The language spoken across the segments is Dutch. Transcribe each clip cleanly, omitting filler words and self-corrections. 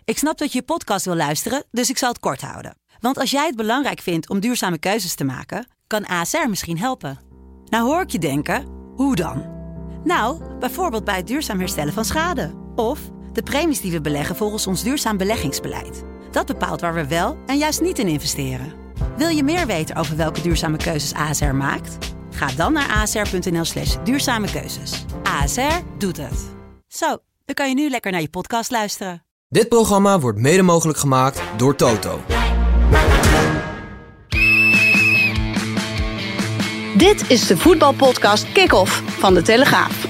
Ik snap dat je podcast wil luisteren, dus ik zal het kort houden. Want als jij het belangrijk vindt om duurzame keuzes te maken, kan ASR misschien helpen. Nou hoor ik je denken, hoe dan? Nou, bijvoorbeeld bij het duurzaam herstellen van schade. Of de premies die we beleggen volgens ons duurzaam beleggingsbeleid. Dat bepaalt waar we wel en juist niet in investeren. Wil je meer weten over welke duurzame keuzes ASR maakt? Ga dan naar asr.nl/duurzame keuzes. ASR doet het. Zo, dan kan je nu lekker naar je podcast luisteren. Dit programma wordt mede mogelijk gemaakt door Toto. Dit is de voetbalpodcast Kick-Off van De Telegraaf.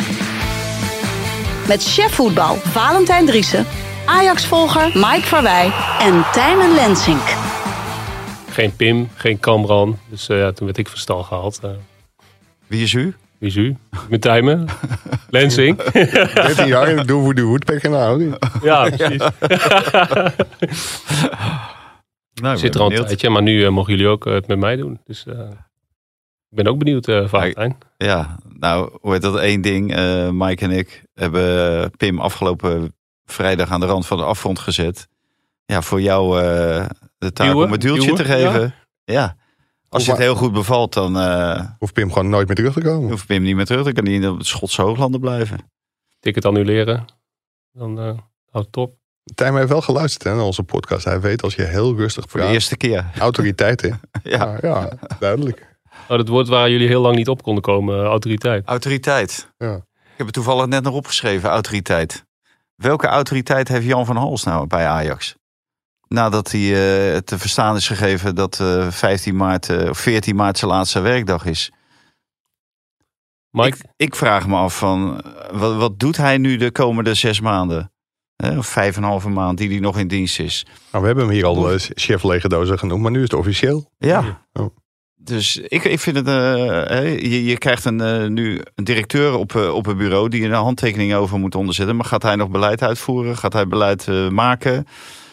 Met chef voetbal Valentijn Driessen, Ajax-volger Mike Verwij en Tijmen Lensink. Geen Pim, geen Kamran. Dus toen werd ik van stal gehaald. Wie is u? Wie is u? Met Tijmen. Lensink. 13 jaar en doen we de Woodpecker nou. Ja, precies. Nou, Zit er al een tijdje, maar nu mogen jullie ook het met mij doen. Dus ik ben ook benieuwd, Valentijn. Ja, nou, hoe heet dat? Eén ding. Mike en ik hebben Pim afgelopen vrijdag aan de rand van de afgrond gezet. Ja, voor jou de taak om het duwtje te geven. Ja. Als je het heel goed bevalt, dan hoeft Pim gewoon nooit meer terug te komen. Hoeft Pim niet meer terug. Dan kan hij in de Schotse Hooglanden blijven. Ticket annuleren. Dan houdt het op. Tijmen heeft wel geluisterd naar onze podcast. Hij weet als je heel rustig praat. Voor de eerste keer. Autoriteit, hè? Ja, duidelijk. Oh, dat woord waar jullie heel lang niet op konden komen. Autoriteit. Autoriteit. Ja. Ik heb het toevallig net nog opgeschreven. Autoriteit. Welke autoriteit heeft Jan van Hals nou bij Ajax? Nadat hij te verstaan is gegeven dat 15 maart of 14 maart zijn laatste werkdag is. Mike? Ik vraag me af van wat doet hij nu de komende 6 maanden? Of 5,5 maand die hij nog in dienst is. Nou, we hebben hem hier al chef legerdozen genoemd, maar nu is het officieel. Ja. Oh. Dus ik vind het... je krijgt nu een directeur op een bureau die een handtekening over moet onderzetten. Maar gaat hij nog beleid uitvoeren? Gaat hij beleid maken?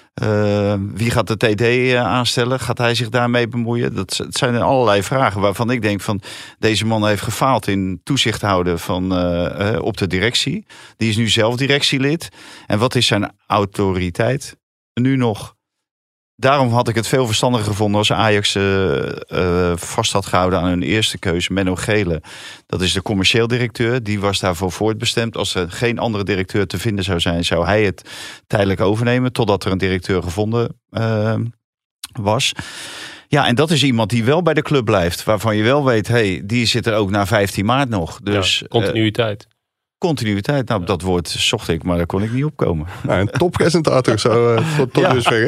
Wie gaat de TD aanstellen? Gaat hij zich daarmee bemoeien? Dat zijn allerlei vragen waarvan ik denk van... Deze man heeft gefaald in toezicht houden op de directie. Die is nu zelf directielid. En wat is zijn autoriteit nu nog? Daarom had ik het veel verstandiger gevonden als Ajax vast had gehouden aan hun eerste keuze, Menno Gele. Dat is de commercieel directeur. Die was daarvoor voortbestemd. Als er geen andere directeur te vinden zou zijn, zou hij het tijdelijk overnemen. Totdat er een directeur gevonden was. Ja, en dat is iemand die wel bij de club blijft. Waarvan je wel weet, die zit er ook na 15 maart nog. Dus, continuïteit. Continuïteit, nou dat woord zocht ik, maar daar kon ik niet op komen. Nou, een toppresentator zo tot dusver.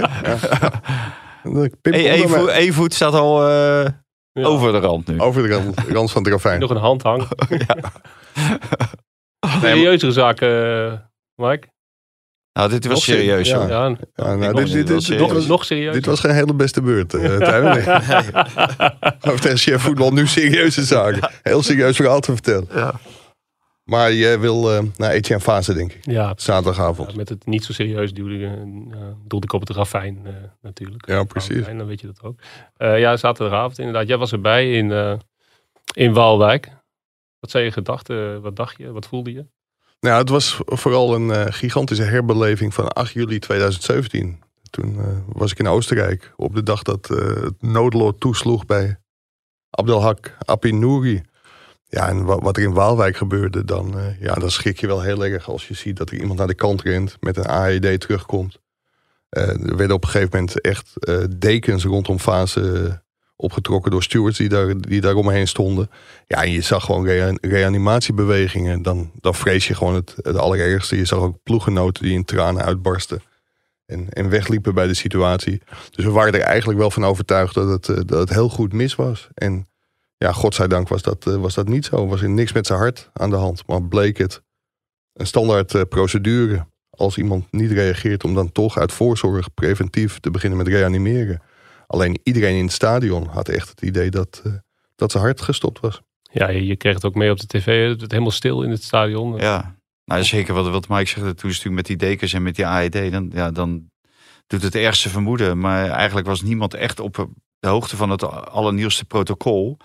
Ja. E-voet staat al over de rand nu. Over de rand van het ravijn. Nog een hand hangen. Ja. Serieuzere zaken, Mike? Nou, dit was serieus. Ja. Nog serieus. Dit was geen hele beste beurt, Tijmen. Over tegen chef voetbal nu serieuze zaken. Heel serieus verhaal te vertellen. Ja. Maar jij wil naar Etienne Fase, denk ik. Ja, zaterdagavond. Ja, met het niet zo serieus doelde ik op het ravijn natuurlijk. Ja, precies. Dan weet je dat ook. Zaterdagavond inderdaad. Jij was erbij in Waalwijk. Wat zijn je gedachten? Wat dacht je? Wat voelde je? Nou, het was vooral een gigantische herbeleving van 8 juli 2017. Toen was ik in Oostenrijk op de dag dat het noodlot toesloeg bij Abdelhak Abinouri. Ja, en wat er in Waalwijk gebeurde, dan schrik je wel heel erg als je ziet dat er iemand naar de kant rent met een AED terugkomt. Er werden op een gegeven moment echt dekens rondom Fase opgetrokken door stewards die daar omheen stonden. Ja, en je zag gewoon reanimatiebewegingen. Dan vrees je gewoon het allerergste. Je zag ook ploeggenoten die in tranen uitbarsten en wegliepen bij de situatie. Dus we waren er eigenlijk wel van overtuigd dat het heel goed mis was. En ja, godzijdank was dat niet zo. Was er niks met zijn hart aan de hand. Maar bleek het een standaard procedure. Als iemand niet reageert, om dan toch uit voorzorg preventief te beginnen met reanimeren. Alleen iedereen in het stadion had echt het idee dat zijn hart gestopt was. Ja, je kreeg het ook mee op de tv. Het werd helemaal stil in het stadion. Ja, nou zeker wat Mike zegt. Toen is natuurlijk met die dekens en met die AED. Dan doet het ergste vermoeden. Maar eigenlijk was niemand echt op de hoogte van het allernieuwste protocol.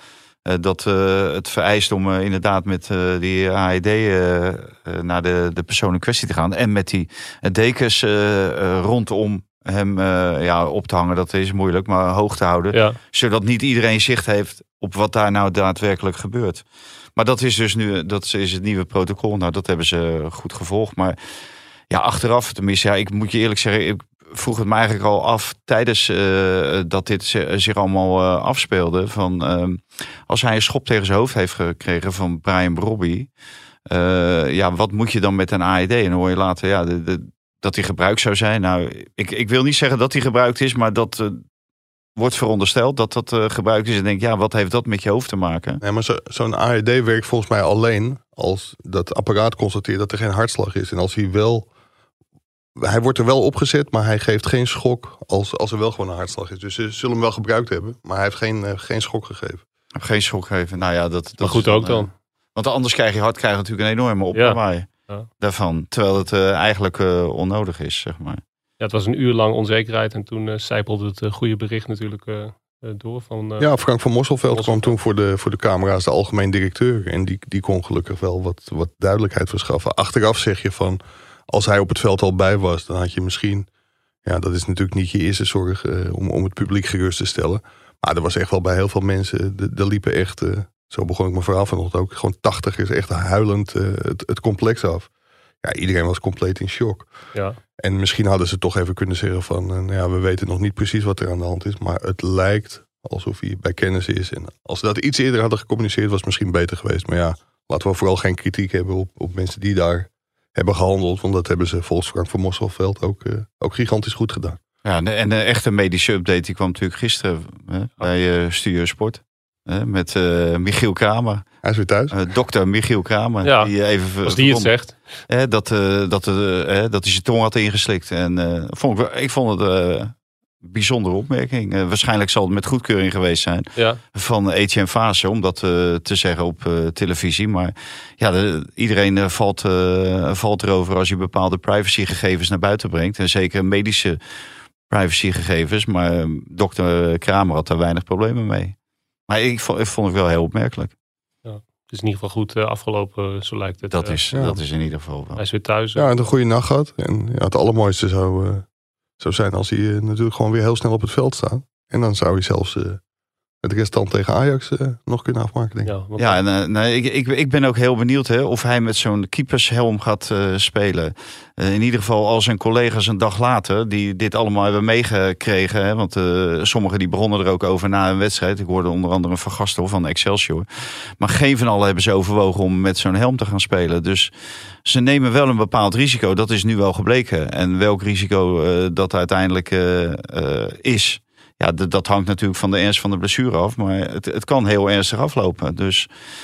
Dat het vereist om inderdaad met die AED naar de persoon in kwestie te gaan. En met die dekens rondom hem op te hangen. Dat is moeilijk, maar hoog te houden. Ja. Zodat niet iedereen zicht heeft op wat daar nou daadwerkelijk gebeurt. Maar dat is dus nu het nieuwe protocol. Nou, dat hebben ze goed gevolgd. Maar ja, achteraf, tenminste, ik moet je eerlijk zeggen, ik vroeg het me eigenlijk al af tijdens dat dit zich allemaal afspeelde. Van als hij een schop tegen zijn hoofd heeft gekregen van Brian Brobby, wat moet je dan met een AED? En dan hoor je later, dat hij gebruikt zou zijn. Nou, ik wil niet zeggen dat hij gebruikt is, maar dat wordt verondersteld dat dat gebruikt is. En denk, wat heeft dat met je hoofd te maken? Nee, maar zo'n AED werkt volgens mij alleen als dat apparaat constateert dat er geen hartslag is. En als hij wordt er wel opgezet, maar hij geeft geen schok als er wel gewoon een hartslag is. Dus ze zullen hem wel gebruikt hebben, maar hij heeft geen schok gegeven. Geen schok gegeven. Nou ja, dat maar goed is ook dan. Want anders krijg je natuurlijk een enorme opperwaai daarvan. Terwijl het eigenlijk onnodig is, zeg maar. Ja, het was een uur lang onzekerheid en toen sijpelde het goede bericht natuurlijk door. Frank van Mosselveld kwam toen voor de camera's de algemeen directeur. En die kon gelukkig wel wat duidelijkheid verschaffen. Achteraf zeg je van, als hij op het veld al bij was, dan had je misschien, dat is natuurlijk niet je eerste zorg om het publiek gerust te stellen. Maar er was echt wel bij heel veel mensen, er liepen echt, zo begon ik mijn verhaal vanochtend ook, gewoon 80ers echt huilend het complex af. Ja, iedereen was compleet in shock. Ja. En misschien hadden ze toch even kunnen zeggen van, we weten nog niet precies wat er aan de hand is, maar het lijkt alsof hij bij kennis is. En als ze dat iets eerder hadden gecommuniceerd, was het misschien beter geweest. Maar laten we vooral geen kritiek hebben op mensen die daar hebben gehandeld, want dat hebben ze volgens Frank van Mosselveld ook gigantisch goed gedaan. Ja, en de echte medische update die kwam natuurlijk gisteren bij Studio Sport. Met Michiel Kramer. Hij is weer thuis. Dokter Michiel Kramer. Ja, die even als die het zegt. Dat hij zijn tong had ingeslikt. En ik vond het een bijzondere opmerking. Waarschijnlijk zal het met goedkeuring geweest zijn van Etienne Fase om dat te zeggen op televisie. Maar iedereen valt erover als je bepaalde privacygegevens naar buiten brengt. En zeker medische privacygegevens. Maar dokter Kramer had daar weinig problemen mee. Maar ik vond het wel heel opmerkelijk. Ja, het is in ieder geval goed afgelopen, zo lijkt het. Dat is in ieder geval wel. Hij is weer thuis. Ja, en een goede nacht gehad. En het allermooiste zou zijn als hij natuurlijk gewoon weer heel snel op het veld staat. En dan zou hij zelfs het restant tegen Ajax nog kunnen afmaken, denk ik. Ik ben ook heel benieuwd of hij met zo'n keepershelm gaat spelen. In ieder geval al zijn collega's een dag later, die dit allemaal hebben meegekregen. Hè, want sommigen die begonnen er ook over na een wedstrijd. Ik hoorde onder andere Van Gastel van Excelsior. Maar geen van allen hebben ze overwogen om met zo'n helm te gaan spelen. Dus ze nemen wel een bepaald risico. Dat is nu wel gebleken. En welk risico dat uiteindelijk is... Ja, dat hangt natuurlijk van de ernst van de blessure af. Maar het kan heel ernstig aflopen. Dus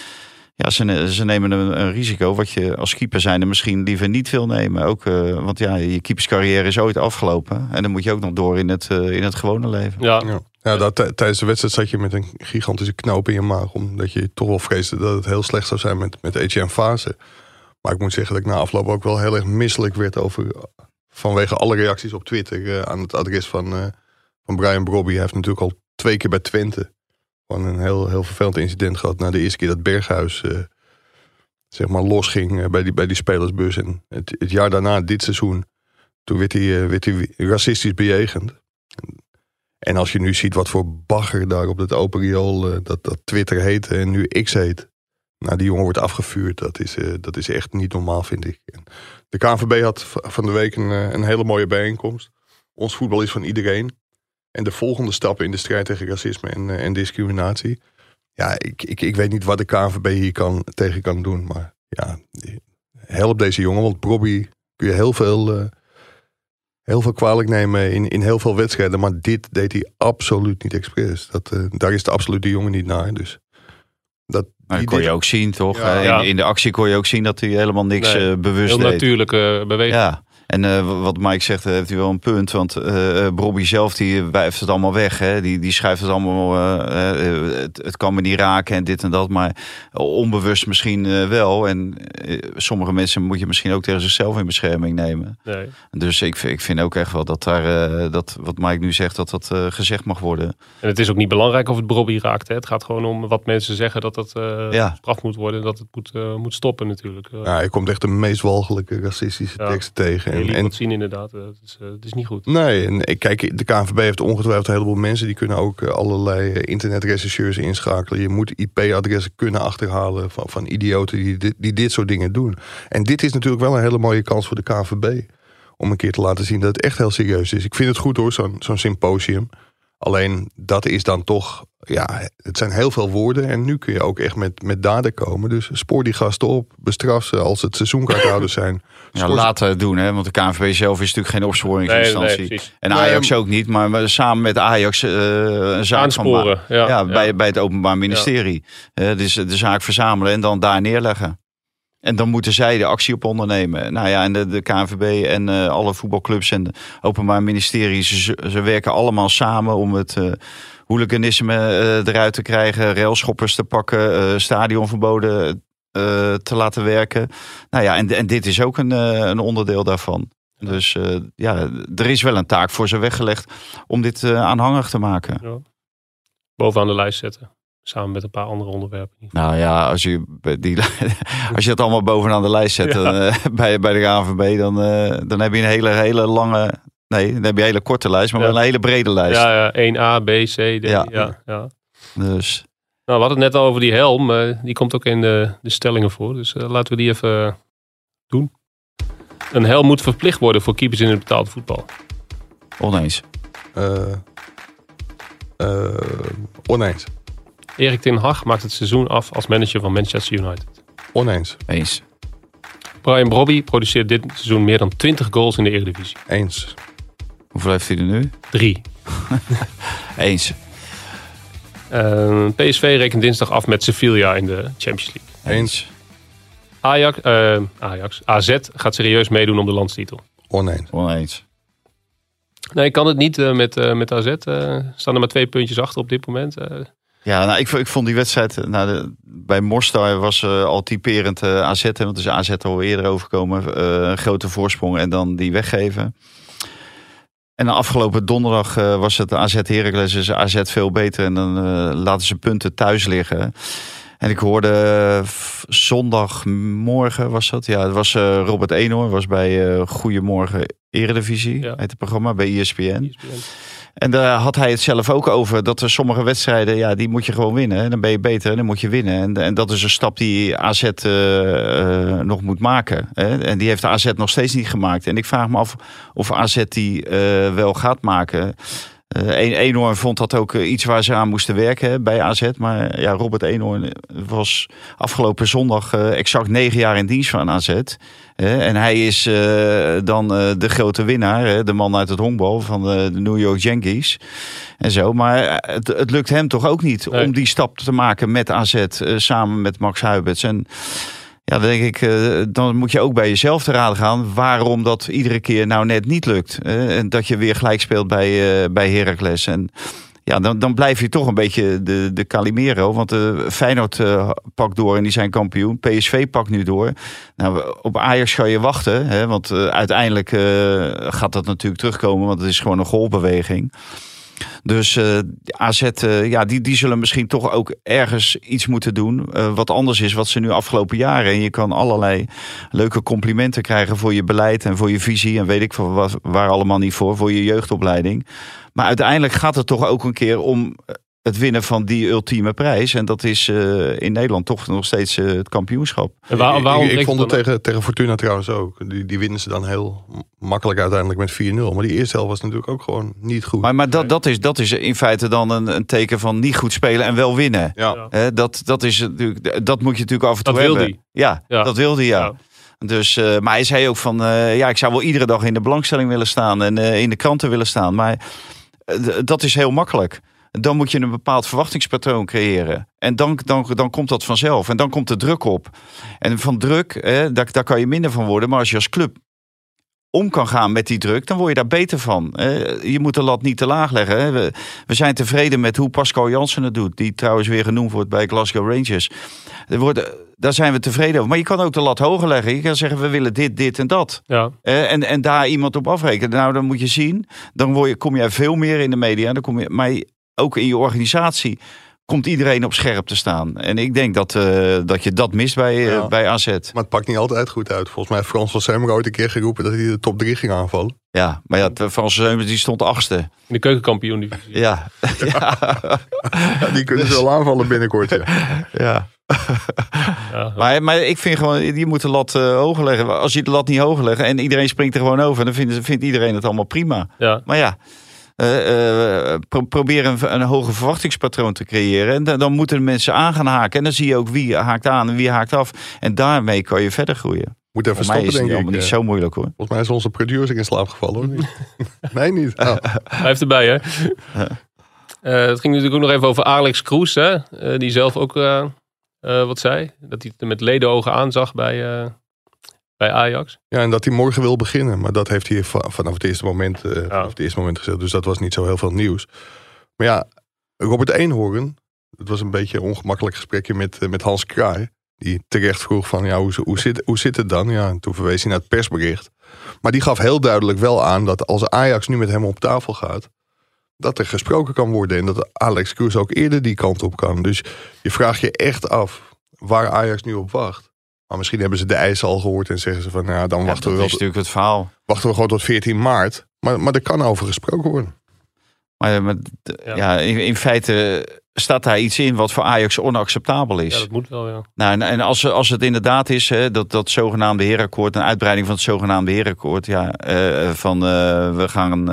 ze nemen een risico wat je als keeper zijnde misschien liever niet wil nemen. Ook, want je keeperscarrière is ooit afgelopen. En dan moet je ook nog door in het gewone leven. Tijdens de wedstrijd zat je met een gigantische knoop in je maag. Omdat je toch wel vreesde dat het heel slecht zou zijn met Etienne Fase. Maar ik moet zeggen dat ik na afloop ook wel heel erg misselijk werd vanwege alle reacties op Twitter aan het adres van Brian Brobby. Hij heeft natuurlijk al 2 keer bij Twente gewoon een heel, heel vervelend incident gehad. Na de eerste keer dat Berghuis losging bij die spelersbus. En het jaar daarna, dit seizoen, toen werd hij racistisch bejegend. En als je nu ziet wat voor bagger daar op het open riool dat Twitter heet en nu X heet. Nou, die jongen wordt afgevuurd. Dat is echt niet normaal, vind ik. En de KNVB had van de week een hele mooie bijeenkomst. Ons voetbal is van iedereen. En de volgende stappen in de strijd tegen racisme en discriminatie. Ja, ik weet niet wat de KNVB hier tegen kan doen. Maar help deze jongen. Want Brobby kun je heel veel kwalijk nemen in heel veel wedstrijden. Maar dit deed hij absoluut niet expres. Daar is de absolute jongen niet naar. Dus dat kon je ook zien, toch? Ja. In de actie kon je ook zien dat hij helemaal niks bewust deed. Heel natuurlijke beweging. Ja. En wat Mike zegt, heeft hij wel een punt. Want Bobby zelf, die wijft het allemaal weg. Hè? Die schrijft het allemaal, het kan me niet raken en dit en dat. Maar onbewust misschien wel. En sommige mensen moet je misschien ook tegen zichzelf in bescherming nemen. Nee. Dus ik vind ook echt wel dat daar, dat wat Mike nu zegt, dat gezegd mag worden. En het is ook niet belangrijk of het Bobby raakt. Hè? Het gaat gewoon om wat mensen zeggen dat het straf moet worden. Dat het moet stoppen natuurlijk. Ja, je komt echt de meest walgelijke racistische teksten tegen. En wat zien inderdaad, het is niet goed. Nee, en kijk, de KNVB heeft ongetwijfeld een heleboel mensen. Die kunnen ook allerlei internetrechercheurs inschakelen. Je moet IP-adressen kunnen achterhalen van idioten die dit soort dingen doen. En dit is natuurlijk wel een hele mooie kans voor de KNVB. Om een keer te laten zien dat het echt heel serieus is. Ik vind het goed hoor, zo'n symposium. Alleen dat is dan toch, het zijn heel veel woorden. En nu kun je ook echt met daden komen. Dus spoor die gasten op, bestraf ze als het seizoenkaarthouders zijn. Ja, laten het doen, hè? Want de KNVB zelf is natuurlijk geen opsporingsinstantie. Nee, en Ajax ook niet, maar samen met Ajax een zaak aansporen, bij het Openbaar Ministerie. Dus de zaak verzamelen en dan daar neerleggen. En dan moeten zij de actie op ondernemen. Nou ja, en de KNVB en alle voetbalclubs en het Openbaar Ministerie, ze werken allemaal samen om het hooliganisme eruit te krijgen, railschoppers te pakken, stadionverboden te laten werken. Nou ja, en dit is ook een onderdeel daarvan. Ja. Dus er is wel een taak voor ze weggelegd om dit aanhangig te maken. Ja. Bovenaan de lijst zetten. Samen met een paar andere onderwerpen. Nou ja, als je het allemaal bovenaan de lijst zet bij de KNVB, dan heb je een hele lange... Nee, dan heb je een hele korte lijst, maar wel een hele brede lijst. Ja, 1A, B, C, D. Ja. Dus... Nou, we hadden het net al over die helm. Die komt ook in de stellingen voor. Dus laten we die even doen. Een helm moet verplicht worden voor keepers in het betaald voetbal. Oneens. Oneens. Erik ten Hag maakt het seizoen af als manager van Manchester United. Oneens. Eens. Brian Brobby produceert dit seizoen meer dan 20 goals in de Eredivisie. Eens. Hoeveel heeft hij er nu? 3. Eens. PSV rekent dinsdag af met Sevilla in de Champions League. Eens. AZ gaat serieus meedoen om de landstitel. Oneens. Nee, kan het niet met AZ. Staan er maar 2 puntjes achter op dit moment. Ja, nou, ik vond die wedstrijd... bij Mostar was al typerend AZ. Want dus AZ al eerder overkomen. Een grote voorsprong en dan die weggeven. En afgelopen donderdag was het AZ Heracles. Dus AZ veel beter. En dan laten ze punten thuis liggen. En ik hoorde zondagmorgen was dat. Ja, het was Robert Eenhoorn. Was bij Goedemorgen Eredivisie. Ja. Heet het programma bij ESPN. En daar had hij het zelf ook over. Dat er sommige wedstrijden, die moet je gewoon winnen. En dan ben je beter en dan moet je winnen. En dat is een stap die AZ nog moet maken. Hè? En die heeft AZ nog steeds niet gemaakt. En ik vraag me af of AZ die wel gaat maken. Eenhoorn vond dat ook iets waar ze aan moesten werken bij AZ. Maar ja, Robert Eenhoorn was afgelopen zondag exact 9 jaar in dienst van AZ. En hij is dan de grote winnaar. De man uit het honkbal van de New York Yankees. En zo. Maar het lukt hem toch ook niet om die stap te maken met AZ. Samen met Max Huiberts. En ja, dan denk ik, dan moet je ook bij jezelf te raden gaan waarom dat iedere keer nou net niet lukt. En dat je weer gelijk speelt bij Heracles. En ja, dan blijf je toch een beetje de Calimero. Want Feyenoord pakt door en die zijn kampioen. PSV pakt nu door. Nou, op Ajax ga je wachten. Hè, want uiteindelijk gaat dat natuurlijk terugkomen. Want het is gewoon een golfbeweging. Dus AZ, die zullen misschien toch ook ergens iets moeten doen. Wat anders is wat ze nu afgelopen jaren. En je kan allerlei leuke complimenten krijgen voor je beleid en voor je visie. En weet ik waar allemaal niet voor je jeugdopleiding. Maar uiteindelijk gaat het toch ook een keer om het winnen van die ultieme prijs. En dat is in Nederland toch nog steeds het kampioenschap. En ik vond het tegen Fortuna trouwens ook. Die winnen ze dan heel makkelijk uiteindelijk met 4-0. Maar die eerste helft was natuurlijk ook gewoon niet goed. Maar dat is in feite dan een teken van niet goed spelen en wel winnen. Ja. Dat moet je natuurlijk af en toe hebben. Dat wilde hij, ja. Dus, maar hij zei ook van, ik zou wel iedere dag in de belangstelling willen staan en in de kranten willen staan. Maar dat is heel makkelijk. Dan moet je een bepaald verwachtingspatroon creëren. En dan komt dat vanzelf. En dan komt de druk op. En van druk, daar kan je minder van worden. Maar als je als club om kan gaan met die druk, dan word je daar beter van. Je moet de lat niet te laag leggen. Hè. We zijn tevreden met hoe Pascal Jansen het doet. Die trouwens weer genoemd wordt bij Glasgow Rangers. Daar zijn we tevreden over. Maar je kan ook de lat hoger leggen. Je kan zeggen, we willen dit en dat. Ja. En daar iemand op afrekenen. Nou, dan moet je zien. Dan kom je veel meer in de media. Maar ook in je organisatie komt iedereen op scherp te staan. En ik denk dat je dat mist bij AZ. Maar het pakt niet altijd goed uit. Volgens mij heeft Frans van Semmer ooit een keer geroepen dat hij de top 3 ging aanvallen. Ja, maar Frans van Semmer die stond 8e. In de keukenkampioen-divisie. Ja. Die kunnen ze wel aanvallen binnenkort. Ja. Maar ik vind gewoon, je moet de lat hoger leggen. Als je de lat niet hoger legt en iedereen springt er gewoon over, dan vindt iedereen het allemaal prima. Ja. Maar ja, probeer een hoger verwachtingspatroon te creëren. En dan moeten de mensen aan gaan haken. En dan zie je ook wie haakt aan en wie haakt af. En daarmee kan je verder groeien. Moet even stoppen, denk ik. Allemaal niet zo moeilijk, hoor. Volgens mij is onze producer in slaap gevallen, hoor. Nee, niet. Oh. Hij heeft erbij, hè? Het ging natuurlijk ook nog even over Alex Kroes, hè? Die zelf ook wat zei. Dat hij het met ledenogen aanzag bij Ajax. Ja, en dat hij morgen wil beginnen. Maar dat heeft hij vanaf het eerste moment gezegd. Dus dat was niet zo heel veel nieuws. Maar ja, Robert Eenhoorn. Het was een beetje een ongemakkelijk gesprekje met Hans Kraai. Die terecht vroeg van, ja, hoe zit het dan? Ja, en toen verwees hij naar het persbericht. Maar die gaf heel duidelijk wel aan dat als Ajax nu met hem op tafel gaat, dat er gesproken kan worden. En dat Alex Kroes ook eerder die kant op kan. Dus je vraagt je echt af waar Ajax nu op wacht. Maar misschien hebben ze de eisen al gehoord en zeggen ze van, nou, dan wachten we wel. Dat is natuurlijk het verhaal. Wachten we gewoon tot 14 maart. Maar er kan over gesproken worden. Maar in feite staat daar iets in wat voor Ajax onacceptabel is. Ja, dat moet wel, ja. Nou, en als het inderdaad is, dat zogenaamde herenakkoord, een uitbreiding van het zogenaamde herenakkoord, we gaan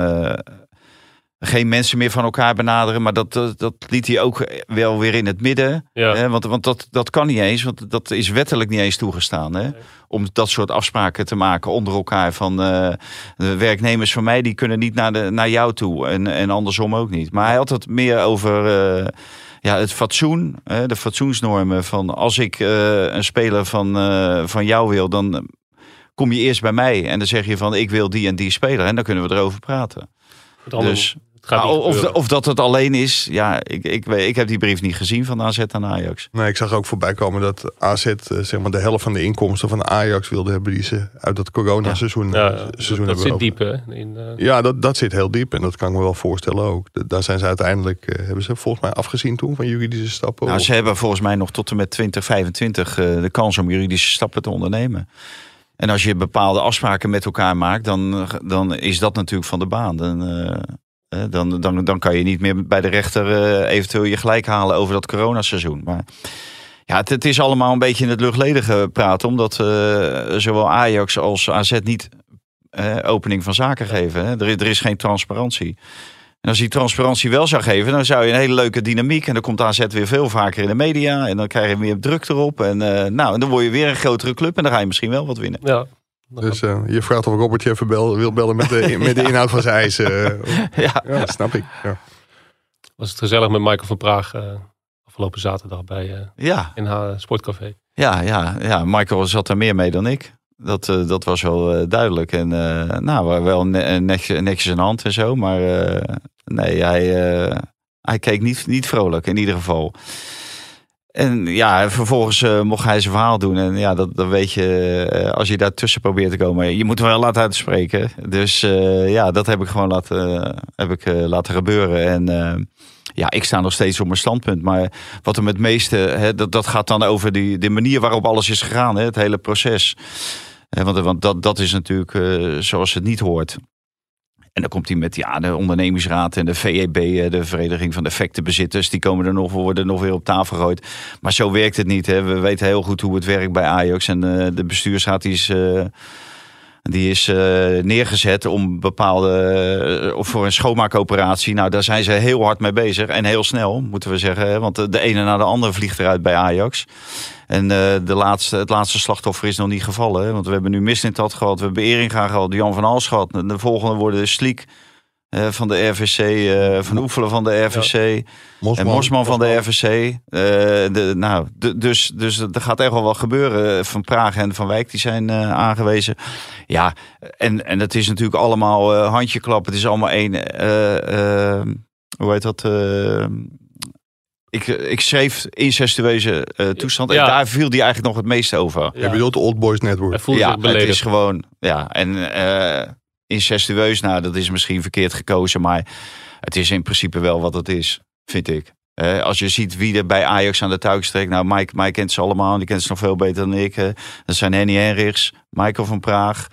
geen mensen meer van elkaar benaderen, maar dat liet hij ook wel weer in het midden. Ja. Want dat kan niet eens, want dat is wettelijk niet eens toegestaan. Hè? Nee. Om dat soort afspraken te maken onder elkaar. Van de werknemers van mij, die kunnen niet naar jou toe. En andersom ook niet. Maar hij had het meer over het fatsoen. De fatsoensnormen. Van als ik een speler van jou wil, dan kom je eerst bij mij. En dan zeg je van, ik wil die en die speler. En dan kunnen we erover praten. Dus of dat het alleen is, ja, ik heb die brief niet gezien van AZ aan Ajax. Nee, ik zag ook voorbij komen dat AZ zeg maar de helft van de inkomsten van Ajax wilde hebben die ze uit dat coronaseizoen dat hebben. Zit diep, hè? Ja, dat zit heel diep en dat kan ik me wel voorstellen ook. Daar zijn ze uiteindelijk, hebben ze volgens mij afgezien toen van juridische stappen. Nou, ze hebben volgens mij nog tot en met 2025 de kans om juridische stappen te ondernemen. En als je bepaalde afspraken met elkaar maakt, dan is dat natuurlijk van de baan. Dan kan je niet meer bij de rechter eventueel je gelijk halen over dat coronaseizoen. Maar ja, het is allemaal een beetje in het luchtledige praten. Omdat zowel Ajax als AZ niet opening van zaken geven. Hè. Er is geen transparantie. En als die transparantie wel zou geven, dan zou je een hele leuke dynamiek. En dan komt AZ weer veel vaker in de media. En dan krijg je meer druk erop. En dan word je weer een grotere club. En dan ga je misschien wel wat winnen. Ja. Dus je vraagt of Robert je even wil bellen met de inhoud van zijn eisen. Ja, dat snap ik. Ja. Was het gezellig met Michael van Praag afgelopen zaterdag bij NH Sportcafé. Ja, Michael zat er meer mee dan ik. Dat was wel duidelijk. En wel netjes in hand en zo. Maar nee, hij keek niet vrolijk in ieder geval. En ja, vervolgens mocht hij zijn verhaal doen. En ja, dan weet je, als je daartussen probeert te komen, je moet wel laten uitspreken. Dus dat heb ik gewoon laten gebeuren. En ik sta nog steeds op mijn standpunt. Maar wat hem het meeste, dat gaat dan over de manier waarop alles is gegaan. Het hele proces. Want dat is natuurlijk zoals het niet hoort. En dan komt hij met de ondernemingsraad en de VEB, de Vereniging van Effectenbezitters. Die worden nog weer op tafel gegooid. Maar zo werkt het niet. Hè. We weten heel goed hoe het werkt bij Ajax. En de bestuursraad die is neergezet om voor een schoonmaakoperatie. Nou, daar zijn ze heel hard mee bezig. En heel snel, moeten we zeggen. Hè. Want de ene na de andere vliegt eruit bij Ajax. En het laatste slachtoffer is nog niet gevallen. Hè? Want we hebben nu Mislintat gehad, we hebben Eringa gehad, Jan van Hals gehad. De volgende worden Sliek. van de RVC, Van Oefelen van de RVC en Mosman van de RVC. Dus er gaat echt wel wat gebeuren. Van Praag en Van Wijk die zijn aangewezen. Ja, en het is natuurlijk allemaal handjeklap. Het is allemaal één... hoe heet dat? Ik schreef incestueuze toestand. En daar viel die eigenlijk nog het meeste over. Je bedoelt de Old Boys Network. Het is gewoon... Ja, en incestueus, dat is misschien verkeerd gekozen. Maar het is in principe wel wat het is, vind ik. Als je ziet wie er bij Ajax aan de touwtjes trekt. Nou, Mike kent ze allemaal. Die kent ze nog veel beter dan ik. Dat zijn Henny Henrichs, Michael van Praag,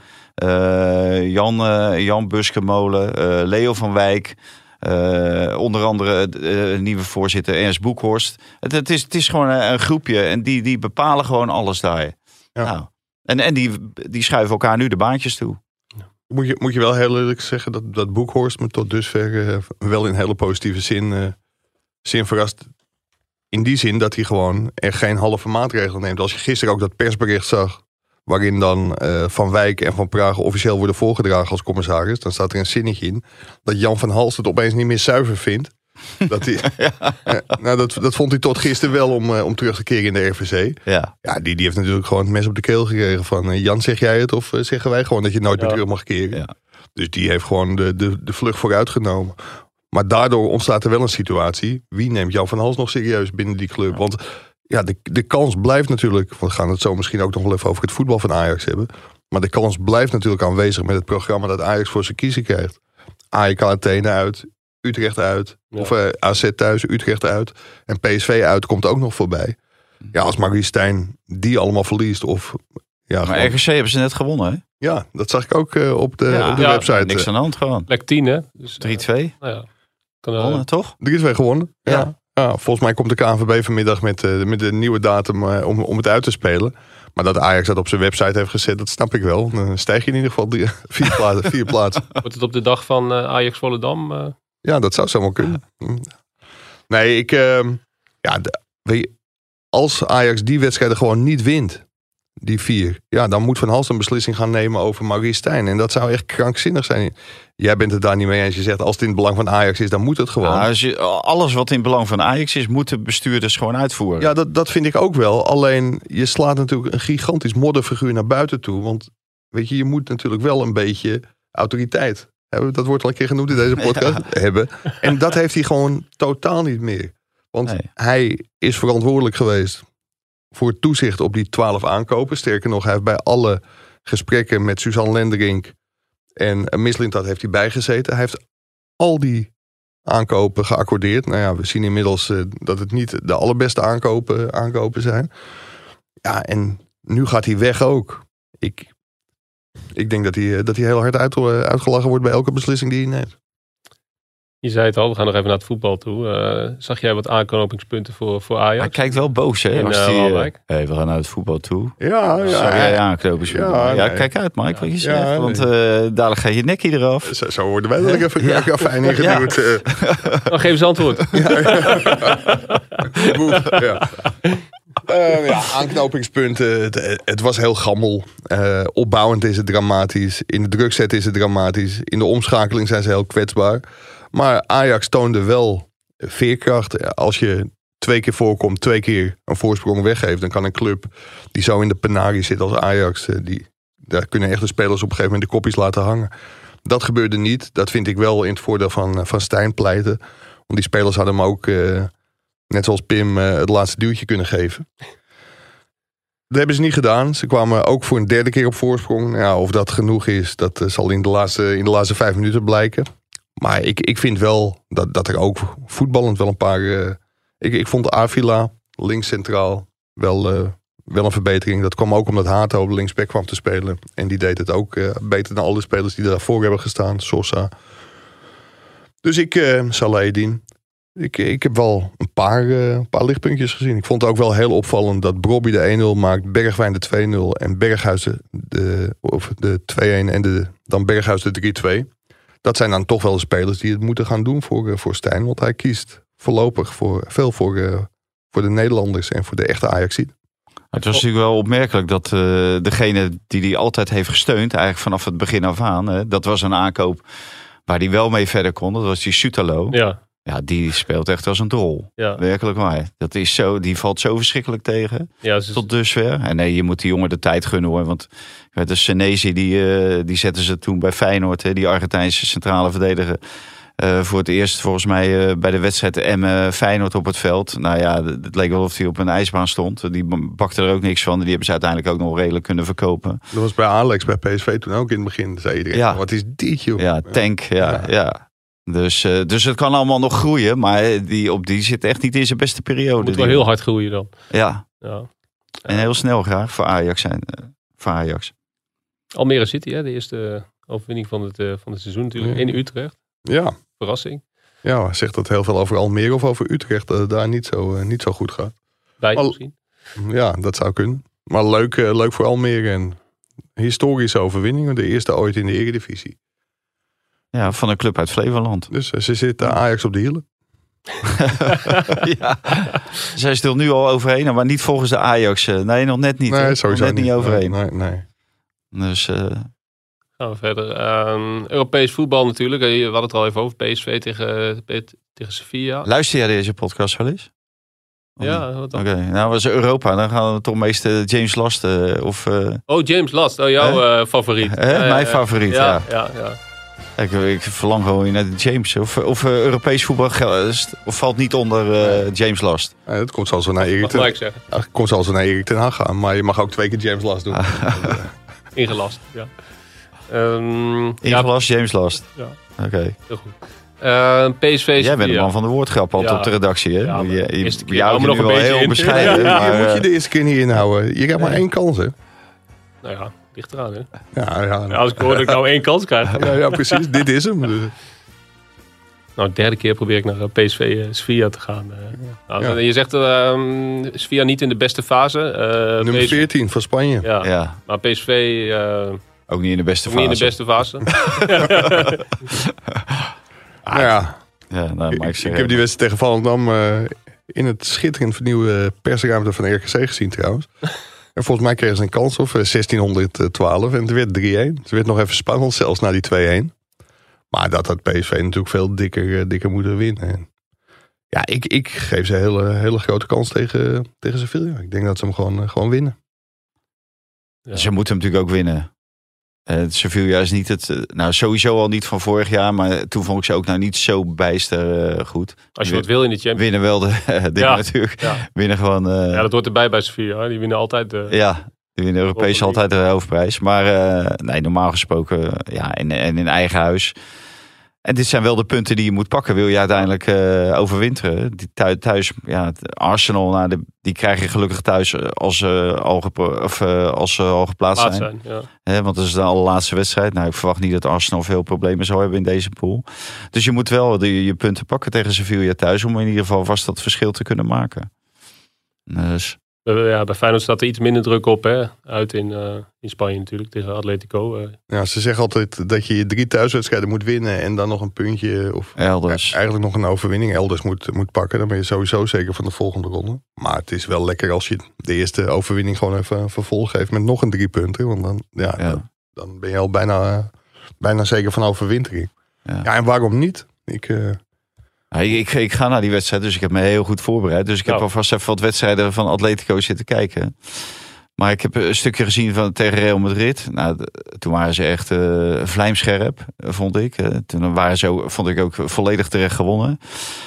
Jan Buskemolen, Leo van Wijk. Onder andere nieuwe voorzitter Ernst Boekhorst. Het is gewoon een groepje en die bepalen gewoon alles daar. Ja. Nou, en die schuiven elkaar nu de baantjes toe. Moet je wel heel eerlijk zeggen dat Boekhorst me tot dusver wel in hele positieve zin verrast. In die zin dat hij gewoon er geen halve maatregelen neemt. Als je gisteren ook dat persbericht zag, waarin dan Van Wijk en Van Praag officieel worden voorgedragen als commissaris, dan staat er een zinnetje in dat Jan van Hals het opeens niet meer zuiver vindt. Dat dat vond hij tot gisteren wel om terug te keren in de RVC. Ja, die heeft natuurlijk gewoon het mes op de keel gekregen van Jan, zeg jij het of zeggen wij gewoon dat je nooit meer terug mag keren. Ja. Dus die heeft gewoon de vlucht vooruit genomen. Maar daardoor ontstaat er wel een situatie. Wie neemt Jan van Hals nog serieus binnen die club? Want ja, de kans blijft natuurlijk, we gaan het zo misschien ook nog wel even over het voetbal van Ajax hebben. Maar de kans blijft natuurlijk aanwezig met het programma dat Ajax voor zijn kiezen krijgt. AEK Athene uit, Utrecht uit, of AZ thuis, Utrecht uit. En PSV uit komt ook nog voorbij. Ja, als Maurice Stijn die allemaal verliest. Maar gewoon... RKC hebben ze net gewonnen, hè? Ja, dat zag ik ook op de website. Niks aan de hand gewoon. Lek 10, hè? Dus, 3-2. Gewonnen, toch? 3-2 gewonnen, ja. Volgens mij komt de KNVB vanmiddag met de nieuwe datum om het uit te spelen. Maar dat Ajax dat op zijn website heeft gezet, dat snap ik wel. Dan stijg je in ieder geval 4 plaatsen. Wordt het op de dag van Ajax Volendam? Ja, dat zou zomaar kunnen. Nee, als Ajax die wedstrijden gewoon niet wint, die 4, dan moet Van Hals een beslissing gaan nemen over Maurice Stijn. En dat zou echt krankzinnig zijn. Jij bent het daar niet mee eens. Je zegt, als het in het belang van Ajax is, dan moet het gewoon. Alles wat in het belang van Ajax is, moeten bestuurders gewoon uitvoeren. Ja, dat vind ik ook wel. Alleen, je slaat natuurlijk een gigantisch modderfiguur naar buiten toe. Want, weet je moet natuurlijk wel een beetje autoriteit hebben. Dat wordt al een keer genoemd in deze podcast. Hebben. En dat heeft hij gewoon totaal niet meer. Want hij is verantwoordelijk geweest voor het toezicht op die 12 aankopen. Sterker nog, hij heeft bij alle gesprekken met Suzanne Lenderink en Mislintat heeft hij bijgezeten. Hij heeft al die aankopen geaccordeerd. Nou ja, we zien inmiddels dat het niet de allerbeste aankopen zijn. Ja, en nu gaat hij weg ook. Ik denk dat hij heel hard uitgelachen wordt bij elke beslissing die hij neemt. Je zei het al, we gaan nog even naar het voetbal toe. Zag jij wat aanknopingspunten voor Ajax? Hij kijkt wel boos, hè? We gaan naar het voetbal toe. Ja. Zag jij aanknopingspunten? Ja, kijk uit, Mike, wat je zegt. Want dadelijk gaat je nekje eraf. Zo worden wij er even fijn ingeduwd. Dan geef eens antwoord. Aanknopingspunten. Het was heel gammel. Opbouwend is het dramatisch. In de druk zetten is het dramatisch. In de omschakeling zijn ze heel kwetsbaar. Maar Ajax toonde wel veerkracht. Als je 2 keer voorkomt, 2 keer een voorsprong weggeeft, dan kan een club die zo in de penarie zit als Ajax, daar kunnen echt de spelers op een gegeven moment de kopjes laten hangen. Dat gebeurde niet. Dat vind ik wel in het voordeel van Stijn pleiten. Want die spelers hadden hem ook, net zoals Pim, het laatste duwtje kunnen geven. Dat hebben ze niet gedaan. Ze kwamen ook voor een 3e keer op voorsprong. Ja, of dat genoeg is, dat zal in de laatste 5 minuten blijken. Maar ik vind wel dat er ook voetballend wel een paar... Ik vond Avila links centraal wel een verbetering. Dat kwam ook omdat Hato op linksback kwam te spelen. En die deed het ook beter dan alle spelers die daarvoor hebben gestaan. Sosa. Dus Salahedin. Ik heb wel een paar lichtpuntjes gezien. Ik vond het ook wel heel opvallend dat Brobby de 1-0 maakt, Bergwijn de 2-0 en Berghuis de 2-1 en dan Berghuis de 3-2. Dat zijn dan toch wel de spelers die het moeten gaan doen voor Stijn. Want hij kiest voorlopig veel voor de Nederlanders en voor de echte Ajaxieten. Het was natuurlijk wel opmerkelijk dat degene die hij altijd heeft gesteund, eigenlijk vanaf het begin af aan, dat was een aankoop Waar die wel mee verder kon, dat was die Sutalo. Ja. Ja, die speelt echt als een drol. Ja. Werkelijk waar. Dat is zo, die valt zo verschrikkelijk tegen. Ja, dus Tot dusver. En nee, je moet die jongen de tijd gunnen hoor. Want de Senesi, die zetten ze toen bij Feyenoord. Hè, die Argentijnse centrale verdediger. Voor het eerst volgens mij bij de wedstrijd Emmen Feyenoord op het veld. Nou ja, het leek wel of hij op een ijsbaan stond. Die bakte er ook niks van. Die hebben ze uiteindelijk ook nog redelijk kunnen verkopen. Dat was bij Alex, bij PSV toen ook in het begin. Zei iedereen, Ja. wat is dit joh? Ja, Tank, ja. Dus het kan allemaal nog groeien. Maar die zit echt niet in zijn beste periode. moet wel heel hard groeien dan. Ja, Ja. en heel snel graag voor Ajax zijn. Voor Ajax. Almere City, hè, de eerste overwinning van het seizoen natuurlijk. Ja. In Utrecht. Ja. Verrassing. Ja, zegt dat heel veel over Almere of over Utrecht. Dat het daar niet zo goed gaat. Beide Al- misschien. Ja, dat zou kunnen. Maar leuk voor Almere. En historische overwinning. De eerste ooit in de Eredivisie. Ja, van een club uit Flevoland. Dus ze zitten Ajax op de hielen. Ja, zij is er nu al overheen, maar niet volgens de Ajax. Nee, nog net niet. Nee, sowieso nog net niet overheen. Nee. Dus Gaan we verder. Europees voetbal natuurlijk. We hadden het er al even over. PSV tegen Sevilla. luister jij deze podcast wel eens? Ja, wat dan? Oké, nou was Europa. Dan gaan we toch meestal James Last Oh, James Last. Oh, jouw favoriet. mijn favoriet, ja. Ja. Ik verlang gewoon weer naar de James. Of Europees voetbal of valt niet onder James Last. Het komt zoals we naar Erik Wat mag ik zeggen? naar Erik ten Hag gaan. Maar je mag ook 2 keer James Last doen. Ingelast, ja. Ingelast, James Last. Ja. Oké. Heel goed. PSV Jij bent de man van de woordgrap altijd Ja. op de redactie, hè? Ja, maar je eerste keer houdt hou je me nu nog wel een beetje heel in. bescheiden. Ja, maar, je moet je de eerste keer niet inhouden. Je krijgt maar 1 kans, hè? Nou ja, ligt eraan, hè. Ja, Als ik hoor dat ik nou 1 kans krijg. ja, precies. Dit is hem. Dus, Nou, de 3e keer probeer ik naar PSV Sevilla te gaan. Nou, Ja. Je zegt Sevilla niet in de beste fase. nummer 14 van Spanje. Ja. ja, Maar PSV ook niet in de beste ook niet in de fase. beste fase. Nou ja, Ja, nou, maar ik heb die wedstrijd tegen Volendam in het schitterend vernieuwde persruimte van RKC gezien trouwens. En volgens mij kregen ze een kans of 1612 en het werd 3-1. Het werd nog even spannend, zelfs na die 2-1. Maar dat had PSV natuurlijk veel dikker moeten winnen. En ja, ik geef ze een hele grote kans tegen Sevilla. Ik denk dat ze hem gewoon winnen. Ja. Ze moeten natuurlijk ook winnen. Sevilla is niet nou sowieso al niet van vorig jaar, maar toen vond ik ze ook nou niet zo bijster goed. Als je wat wil in de Champions Winnen wel de dingen natuurlijk. Ja. Winnen gewoon. Ja, dat hoort erbij bij Sevilla. Die winnen altijd. Ja, die winnen Europees Europa altijd de hoofdprijs. Maar nee, normaal gesproken, ja, en in eigen huis. En dit zijn wel de punten die je moet pakken. Wil je uiteindelijk overwinteren? Die thuis, ja, Arsenal, nou, die krijg je gelukkig thuis als ze al geplaatst zijn. Ja. Want dat is de allerlaatste wedstrijd. Nou, ik verwacht niet dat Arsenal veel problemen zou hebben in deze pool. Dus je moet wel je punten pakken tegen Sevilla thuis, om in ieder geval vast dat verschil te kunnen maken. Dus Ja, bij Feyenoord staat er iets minder druk op, hè? Uit in Spanje natuurlijk, tegen Atletico. Ja, ze zeggen altijd dat je 3 thuiswedstrijden moet winnen en dan nog een puntje of elders. eigenlijk nog een overwinning elders moet pakken. Dan ben je sowieso zeker van de volgende ronde. Maar het is wel lekker als je de eerste overwinning gewoon even een vervolg geeft met nog een 3 punten. Want dan, dan ben je al bijna zeker van overwintering. Ja, en waarom niet? Ik ga naar die wedstrijd, dus ik heb me heel goed voorbereid. Dus ik heb alvast even wat wedstrijden van Atletico zitten kijken. Maar ik heb een stukje gezien tegen Real Madrid. Nou, toen waren ze echt vlijmscherp, vond ik. Toen waren ze, vond ik ook volledig terecht gewonnen.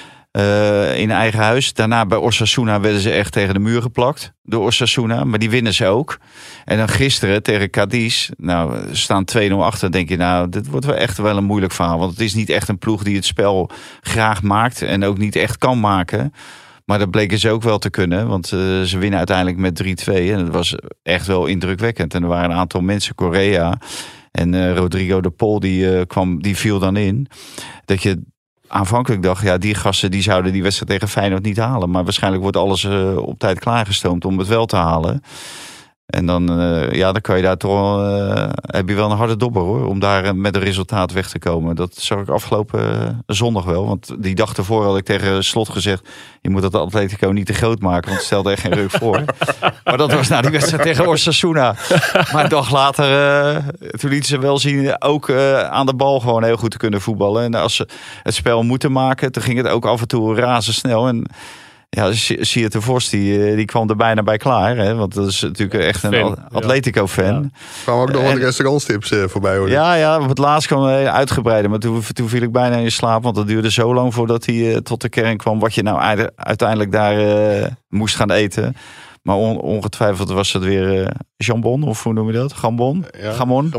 In eigen huis. Daarna bij Osasuna werden ze echt tegen de muur geplakt. Door Osasuna, maar die winnen ze ook. En dan gisteren tegen Cadiz. Nou, ze staan 2-0 achter. Dan denk je, nou, dit wordt wel echt wel een moeilijk verhaal. Want het is niet echt een ploeg die het spel graag maakt. En ook niet echt kan maken. Maar dat bleken ze ook wel te kunnen. Want ze winnen uiteindelijk met 3-2. En dat was echt wel indrukwekkend. En er waren een aantal mensen, Correa en Rodrigo de Pol, die viel dan in. Dat je aanvankelijk dacht, ja, die gasten die zouden die wedstrijd tegen Feyenoord niet halen. Maar waarschijnlijk wordt alles op tijd klaargestoomd om het wel te halen. En dan kan je daar toch wel, heb je wel een harde dobber hoor. Om daar met een resultaat weg te komen. Dat zag ik afgelopen zondag wel. Want die dag ervoor had ik tegen Slot gezegd. Je moet dat Atletico niet te groot maken. Want het stelde echt geen ruk voor. Maar dat was na die wedstrijd tegen Osasuna. Maar een dag later, toen lieten ze wel zien. Ook aan de bal gewoon heel goed te kunnen voetballen. En als ze het spel moeten maken. Toen ging het ook af en toe razendsnel. En ja, Siert de Vos, die kwam er bijna bij klaar. Hè? Want dat is natuurlijk echt een Atletico-fan. Ja. Kwam ook nog wat restaurantstips voorbij hoor. Ja, op het laatst kwam hij uitgebreider. Maar toen viel ik bijna in slaap. Want dat duurde zo lang voordat hij tot de kern kwam. Wat je nou uiteindelijk daar moest gaan eten. Maar ongetwijfeld was het weer jambon, of hoe noem je dat? Gambon? Ja,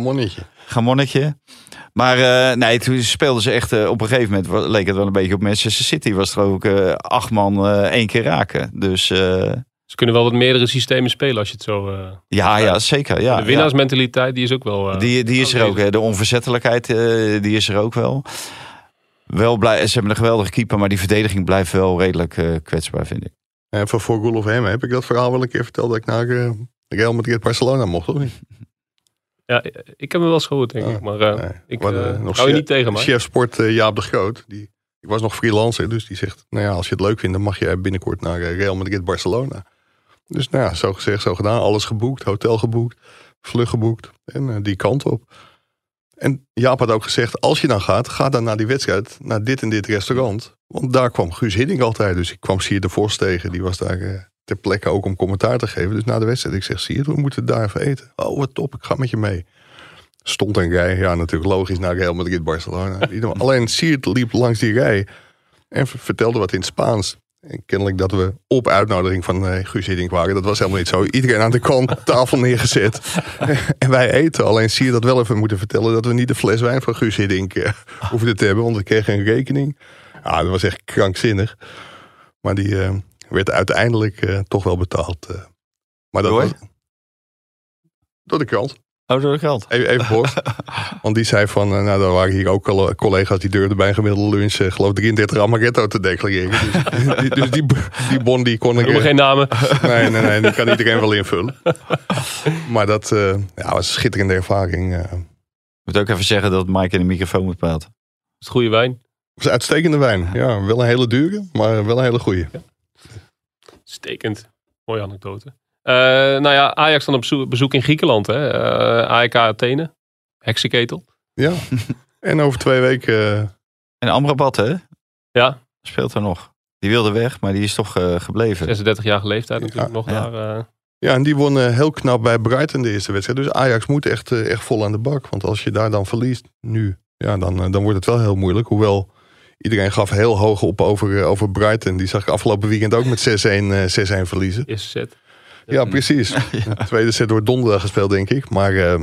Gamonnetje. Maar toen speelden ze echt op een gegeven moment, leek het wel een beetje op Manchester City. Was er ook 8 man 1 keer raken. Dus ze kunnen wel wat meerdere systemen spelen als je het zo... Ja, zeker. Ja, de winnaarsmentaliteit, die is ook wel... Die is er ook. Hè. De onverzettelijkheid, die is er ook wel. Ze hebben een geweldige keeper, maar die verdediging blijft wel redelijk kwetsbaar, vind ik. En voor Goal of Hem heb ik dat verhaal wel een keer verteld dat ik naar Real Madrid Barcelona mocht, of niet? Ja, ik heb me wel eens gehoord, denk ik. Maar ik hou je niet tegen mij. Chef sport Jaap de Groot, ik was nog freelancer, dus die zegt, nou ja, als je het leuk vindt, dan mag je binnenkort naar Real Madrid Barcelona. Dus nou ja, zo gezegd, zo gedaan. Alles geboekt, hotel geboekt, vlucht geboekt en die kant op. En Jaap had ook gezegd, als je dan gaat, ga dan naar die wedstrijd, naar dit en dit restaurant. Want daar kwam Guus Hiddink altijd. Dus ik kwam Siert de Vos tegen, die was daar ter plekke ook om commentaar te geven. Dus na de wedstrijd, ik zeg, Siert, we moeten daar even eten. Oh, wat top, ik ga met je mee. Stond een rij, ja natuurlijk logisch, naar Real Madrid Barcelona. Alleen Siert liep langs die rij en vertelde wat in het Spaans. En kennelijk dat we op uitnodiging van Guus Hiddink waren. Dat was helemaal niet zo. Iedereen aan de kant tafel neergezet. En wij eten. Alleen zie je dat wel even moeten vertellen dat we niet de fles wijn van Guus Hiddink hoefden te hebben. Want we kregen een rekening. Ja, dat was echt krankzinnig. Maar die werd uiteindelijk toch wel betaald. Maar dat was door de krant. Oh, door de krant. Even borst. Want die zei van, nou, daar waren hier ook collega's die durfden bij een gemiddelde lunch, geloof 33 amaretto te declareren. Dus die bon die kon ik... Noem geen namen. Nee, die kan iedereen wel invullen. Maar dat was een schitterende ervaring. Ik moet ook even zeggen dat Mike in de microfoon moet praten. Is het goede wijn? Het is uitstekende wijn. Ja, wel een hele dure, maar wel een hele goede. Ja. Stekend. Mooie anekdote. Ajax dan op bezoek in Griekenland. Hè? AEK Athene. Heksenketel. Ja. En over 2 weken... En Amrabat, hè? Ja. Speelt er nog. Die wilde weg, maar die is toch gebleven. 36-jarige leeftijd natuurlijk nog daar. Ja, en die won heel knap bij Brighton de eerste wedstrijd. Dus Ajax moet echt vol aan de bak. Want als je daar dan verliest nu, ja, dan wordt het wel heel moeilijk. Hoewel iedereen gaf heel hoog op over Brighton. Die zag ik afgelopen weekend ook met 6-1 verliezen. Eerste set. Ja, precies. De tweede set wordt donderdag gespeeld, denk ik. Maar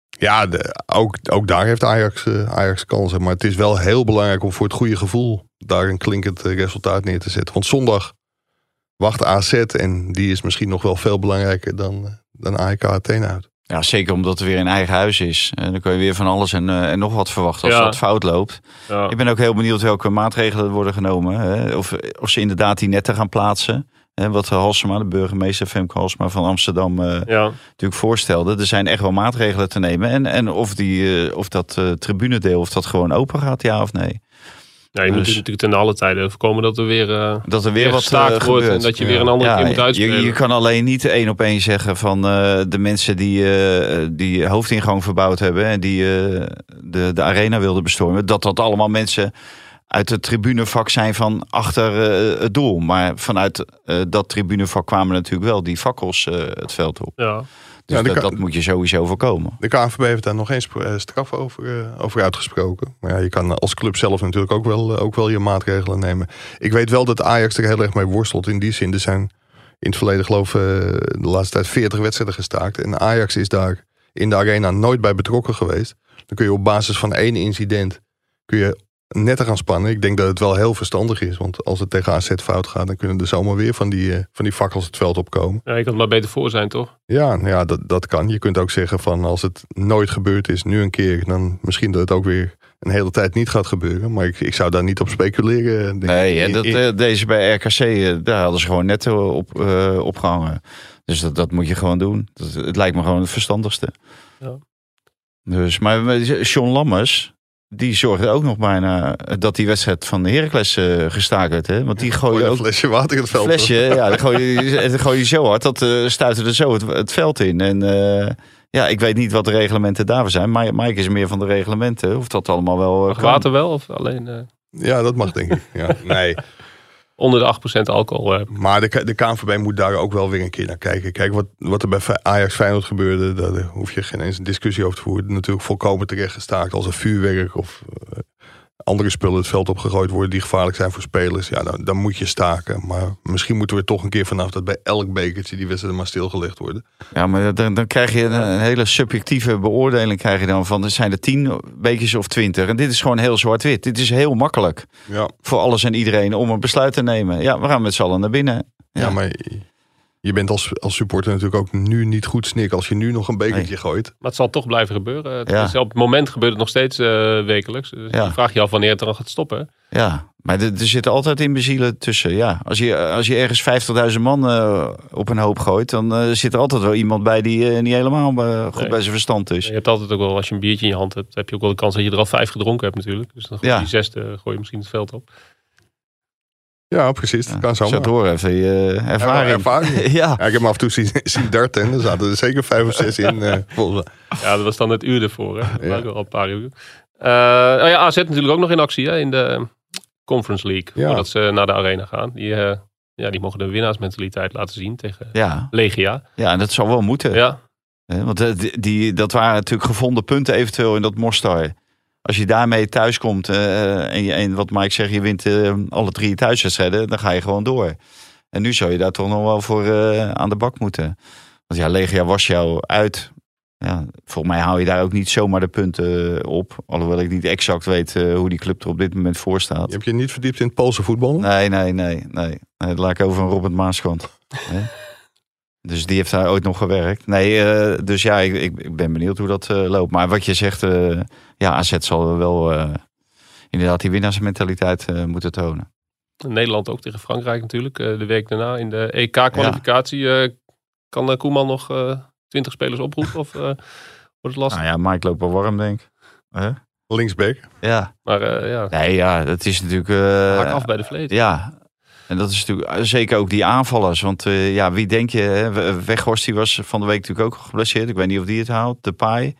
ook daar heeft Ajax kansen. Maar het is wel heel belangrijk om voor het goede gevoel daar een klinkend resultaat neer te zetten. Want zondag wacht AZ en die is misschien nog wel veel belangrijker dan AEK Athene uit. Ja, zeker omdat het weer in eigen huis is. En dan kun je weer van alles en nog wat verwachten als dat fout loopt. Ja. Ik ben ook heel benieuwd welke maatregelen er worden genomen. Hè? Of ze inderdaad die netten gaan plaatsen. Wat Halsema, de burgemeester Femke Halsema van Amsterdam natuurlijk voorstelde. Er zijn echt wel maatregelen te nemen. En of dat tribunedeel, of dat gewoon open gaat, ja of nee. Ja, je moet natuurlijk ten alle tijden voorkomen dat er weer wat gestaakt wordt. En dat je weer een andere keer moet uitspelen. Je kan alleen niet 1 op 1 zeggen van de mensen die hoofdingang verbouwd hebben. En die de arena wilden bestormen. Dat allemaal mensen uit het tribunevak zijn van achter het doel. Maar vanuit dat tribunevak kwamen natuurlijk wel die fakkels het veld op. Ja. Dus dat moet je sowieso voorkomen. De KNVB heeft daar nog geen straf over uitgesproken. Maar ja, je kan als club zelf natuurlijk ook wel je maatregelen nemen. Ik weet wel dat Ajax er heel erg mee worstelt. In die zin, er zijn in het verleden geloof de laatste tijd 40 wedstrijden gestaakt. En Ajax is daar in de arena nooit bij betrokken geweest. Dan kun je op basis van 1 incident netten gaan spannen. Ik denk dat het wel heel verstandig is. Want als het tegen AZ fout gaat, dan kunnen er zomaar weer van die fakkels het veld opkomen. Ja, je kan het maar beter voor zijn, toch? Ja, dat kan. Je kunt ook zeggen van als het nooit gebeurd is, nu een keer, dan misschien dat het ook weer een hele tijd niet gaat gebeuren. Maar ik zou daar niet op speculeren. Nee, deze bij RKC, daar hadden ze gewoon netten opgehangen. Dus dat moet je gewoon doen. Het lijkt me gewoon het verstandigste. Ja. Dus, maar John Lammers, die zorgde ook nog bijna dat die wedstrijd van Heracles gestaakt werd. Hè? Want die gooide een ook flesje water in het veld. flesje, ja, dan gooi je zo hard. Dat stuiterde zo het veld in. En ik weet niet wat de reglementen daarvoor zijn. Maar Mike is meer van de reglementen. Of dat allemaal wel Mag water wel of alleen... Ja, dat mag denk ik. Ja, nee. Onder de 8% alcohol. Maar de KNVB moet daar ook wel weer een keer naar kijken. Kijk, wat er bij Ajax Feyenoord gebeurde, daar hoef je geen eens een discussie over te voeren. Natuurlijk volkomen terecht gestaakt als er vuurwerk of andere spullen het veld opgegooid worden die gevaarlijk zijn voor spelers. Ja, dan moet je staken. Maar misschien moeten we toch een keer vanaf dat bij elk bekertje die wedstrijden maar stilgelegd worden. Ja, maar dan krijg je een hele subjectieve beoordeling krijg je dan van, zijn er 10 bekertjes of 20? En dit is gewoon heel zwart-wit. Dit is heel makkelijk voor alles en iedereen om een besluit te nemen. Ja, we gaan met z'n allen naar binnen. Ja, maar je bent als supporter natuurlijk ook nu niet goed snik als je nu nog een bekertje gooit. Maar het zal toch blijven gebeuren. Dus op het moment gebeurt het nog steeds wekelijks. Dus je vraagt je af wanneer het dan gaat stoppen. Ja, maar er zitten altijd imbecielen tussen. Ja, als je ergens 50.000 man op een hoop gooit, dan zit er altijd wel iemand bij die niet helemaal goed bij zijn verstand is. Je hebt altijd ook wel, als je een biertje in je hand hebt, heb je ook wel de kans dat je er al 5 gedronken hebt natuurlijk. Dus dan gooi je die 6e gooi je misschien het veld op. Ja, precies. Dat kan zomaar. Zet door even je ervaring. Ja, ik heb me af en toe zien darten en er zaten er zeker 5 of 6 in. Volgens mij. Ja, dat was dan het uur ervoor. Hè. Dat was al een paar uur. AZ natuurlijk ook nog in actie hè, in de Conference League. Ja. Voordat ze naar de arena gaan. Die mogen de winnaarsmentaliteit laten zien tegen Legia. Ja, en dat zal wel moeten. Ja. Want dat waren natuurlijk gevonden punten eventueel in dat Mostar. Als je daarmee thuis komt en wat Mike zegt, je wint alle 3 thuiswedstrijden, dan ga je gewoon door. En nu zou je daar toch nog wel voor aan de bak moeten. Want ja, Legia was jou uit. Ja, volgens mij haal je daar ook niet zomaar de punten op. Alhoewel ik niet exact weet hoe die club er op dit moment voor staat. Je hebt je niet verdiept in het Poolse voetbal? Nee. Dat laat ik over aan Robert Maaskant. Dus die heeft daar ooit nog gewerkt. Dus ja, ik ben benieuwd hoe dat loopt. Maar wat je zegt, AZ zal wel inderdaad die winnaarsmentaliteit moeten tonen. Nederland ook tegen Frankrijk natuurlijk. De week daarna in de EK-kwalificatie. Ja. Kan Koeman nog 20 spelers oproepen of wordt het lastig? Nou ja, Mike loopt wel warm, denk ik. Linksback. Ja. Maar dat is natuurlijk... hak af bij de vleet. Ja. En dat is natuurlijk zeker ook die aanvallers. Want wie denk je... Hè? Weghorst die was van de week natuurlijk ook geblesseerd. Ik weet niet of die het haalt. Depay.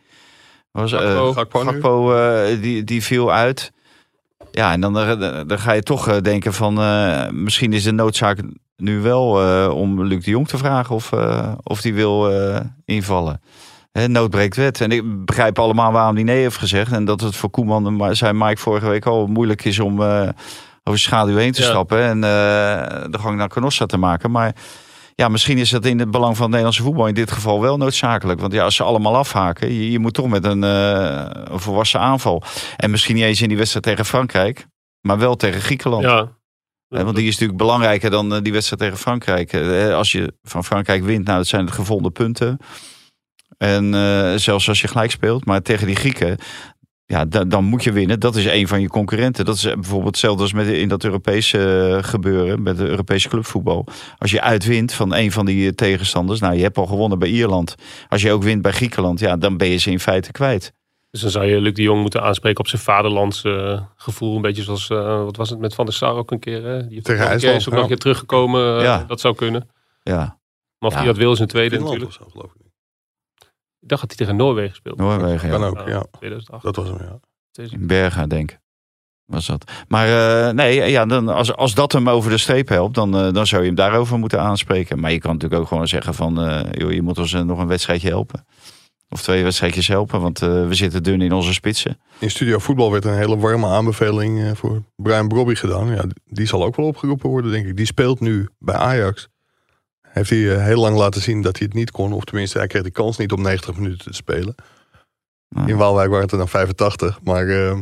Gakpo die viel uit. Ja, en dan ga je toch denken van... misschien is de noodzaak nu wel om Luc de Jong te vragen of die wil invallen. Nood breekt wet. En ik begrijp allemaal waarom die nee heeft gezegd. En dat het voor Koeman, zei Mike vorige week al, moeilijk is om over schaduw heen te stappen. En de gang naar Canossa te maken. Maar ja, misschien is dat in het belang van het Nederlandse voetbal in dit geval wel noodzakelijk. Want ja, als ze allemaal afhaken, je moet toch met een volwassen aanval. En misschien niet eens in die wedstrijd tegen Frankrijk, maar wel tegen Griekenland. Ja. Want die is natuurlijk belangrijker dan die wedstrijd tegen Frankrijk. Als je van Frankrijk wint, dat zijn het gevonden punten. En zelfs als je gelijk speelt. Maar tegen die Grieken, ja, dan moet je winnen. Dat is een van je concurrenten. Dat is bijvoorbeeld hetzelfde als in dat Europese gebeuren. Met de Europese clubvoetbal. Als je uitwint van een van die tegenstanders. Nou, je hebt al gewonnen bij Ierland. Als je ook wint bij Griekenland, ja, dan ben je ze in feite kwijt. Dus dan zou je Luc de Jong moeten aanspreken op zijn vaderlands gevoel. Een beetje zoals, wat was het met Van der Sar ook een keer. Hè? Die tegen IJsland is ook nog een keer teruggekomen. Dat zou kunnen. Ja. Maar of hij dat wil is een tweede Finland natuurlijk. Zo, geloof ik. Ik dacht dat hij tegen Noorwegen speelde. Noorwegen, ja. Kan ook, ja. 2008. Dat was hem, ja. In Bergen, denk ik. Was dat. Maar dan, als dat hem over de streep helpt, dan zou je hem daarover moeten aanspreken. Maar je kan natuurlijk ook gewoon zeggen van, je moet ons nog een wedstrijdje helpen. Of 2 wedstrijdjes helpen, want we zitten dun in onze spitsen. In Studio Voetbal werd een hele warme aanbeveling voor Brian Brobby gedaan. Ja, die zal ook wel opgeroepen worden, denk ik. Die speelt nu bij Ajax. Heeft hij heel lang laten zien dat hij het niet kon. Of tenminste, hij kreeg de kans niet om 90 minuten te spelen. In Waalwijk waren het er dan 85. Maar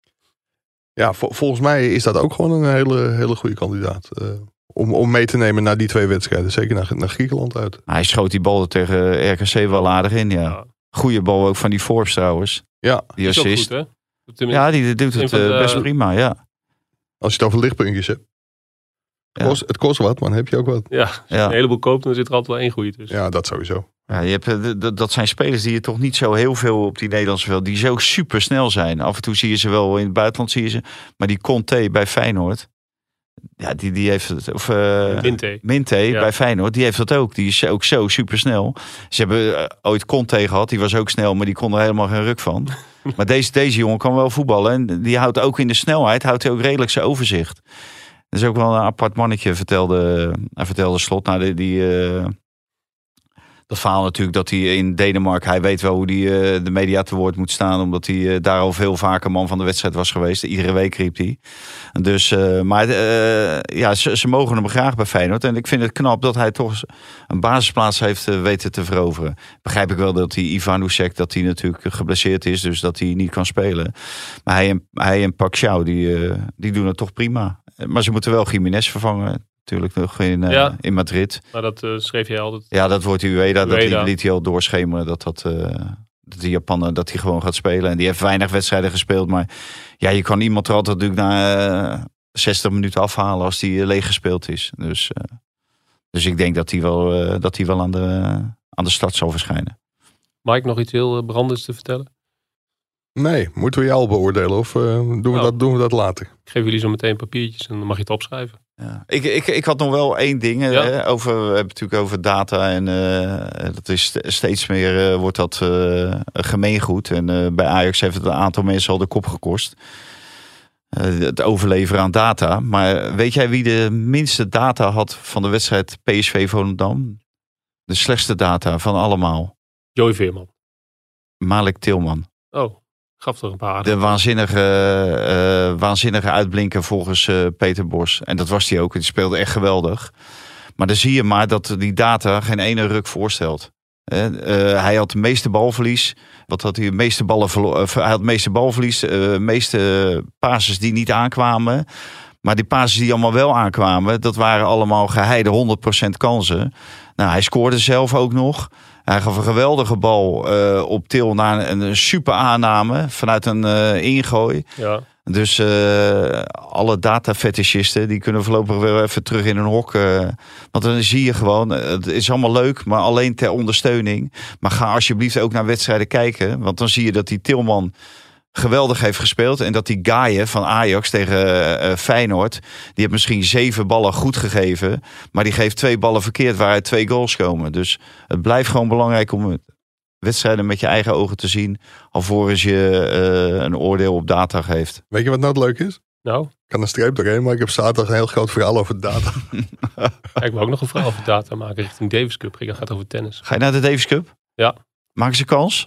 volgens mij is dat ook gewoon een hele goede kandidaat. Om mee te nemen naar die 2 wedstrijden. Zeker naar Griekenland uit. Hij schoot die bal tegen RKC wel aardig in, ja. Goeie bal ook van die Forbes trouwens. Ja. Die assist. Goed, hè? Ja, die doet het best prima, ja. Als je het over lichtpuntjes hebt. Het kost wat, maar dan heb je ook wat. Ja, als je een heleboel koopt, dan zit er altijd wel één goede tussen. Ja, dat sowieso. Ja, je hebt, dat zijn spelers die je toch niet zo heel veel op die Nederlandse veld, die zo super snel zijn. Af en toe zie je ze wel in het buitenland, zie je ze. Maar die Conte bij Feyenoord, ja, die heeft het. Of Minte bij Feyenoord, die heeft dat ook. Die is ook zo super snel. Ze hebben ooit Conte gehad, die was ook snel, maar die kon er helemaal geen ruk van. Maar deze jongen kan wel voetballen. En die houdt ook in de snelheid, houdt hij ook redelijk zijn overzicht. Dat is ook wel een apart mannetje, vertelde Slot. Nou, dat verhaal natuurlijk dat hij in Denemarken, hij weet wel hoe hij de media te woord moet staan, omdat hij daar al veel vaker man van de wedstrijd was geweest. Iedere week riep hij. Dus, ze mogen hem graag bij Feyenoord. En ik vind het knap dat hij toch een basisplaats heeft weten te veroveren. Begrijp ik wel dat die Ivanusek, dat hij natuurlijk geblesseerd is, dus dat hij niet kan spelen. Maar hij en Paxiao, die doen het toch prima. Maar ze moeten wel Jiménez vervangen. Natuurlijk nog in Madrid. Maar dat schreef jij altijd. Ja, dat wordt Ueda. Dat liet hij al doorschemeren. Dat die Japaner dat hij gewoon gaat spelen. En die heeft weinig wedstrijden gespeeld. Maar ja, je kan iemand er altijd natuurlijk na 60 minuten afhalen als die leeg gespeeld is. Dus ik denk dat hij wel aan de start zal verschijnen. Mike, nog iets heel brandends te vertellen? Nee, moeten we jou al beoordelen of doen we dat later? Ik geef jullie zo meteen papiertjes en dan mag je het opschrijven. Ja. Ik had nog wel één ding. We hebben natuurlijk over data. En dat is steeds meer wordt dat gemeengoed. En bij Ajax heeft het een aantal mensen al de kop gekost. Het overleveren aan data. Maar weet jij wie de minste data had van de wedstrijd PSV Volendam? De slechtste data van allemaal. Joey Veerman. Malik Tilman. Oh, gaf toch een paar. De waanzinnige uitblinker volgens Peter Bos. En dat was hij ook. Die speelde echt geweldig. Maar dan zie je maar dat die data geen ene ruk voorstelt. Hij had de meeste balverlies. Wat had hij? De meeste ballen hij had de meeste balverlies. De meeste passes die niet aankwamen. Maar die passes die allemaal wel aankwamen, dat waren allemaal geheide 100% kansen. Nou, hij scoorde zelf ook nog. Hij gaf een geweldige bal op Til na een super aanname vanuit een ingooi. Ja. Dus alle datafetischisten die kunnen voorlopig weer even terug in hun hok. Want dan zie je gewoon, het is allemaal leuk, maar alleen ter ondersteuning. Maar ga alsjeblieft ook naar wedstrijden kijken. Want dan zie je dat die Tilman geweldig heeft gespeeld. En dat die Gaaien van Ajax tegen Feyenoord, die heeft misschien 7 ballen goed gegeven. Maar die geeft 2 ballen verkeerd waaruit 2 goals komen. Dus het blijft gewoon belangrijk om wedstrijden met je eigen ogen te zien, alvorens je een oordeel op data geeft. Weet je wat nou het leuk is? Nou? Ik kan een streep doorheen, maar ik heb zaterdag een heel groot verhaal over data. Ik wil ook nog een verhaal over data maken richting Davis Cup. Het gaat over tennis. Ga je naar de Davis Cup? Ja. Maken ze kans?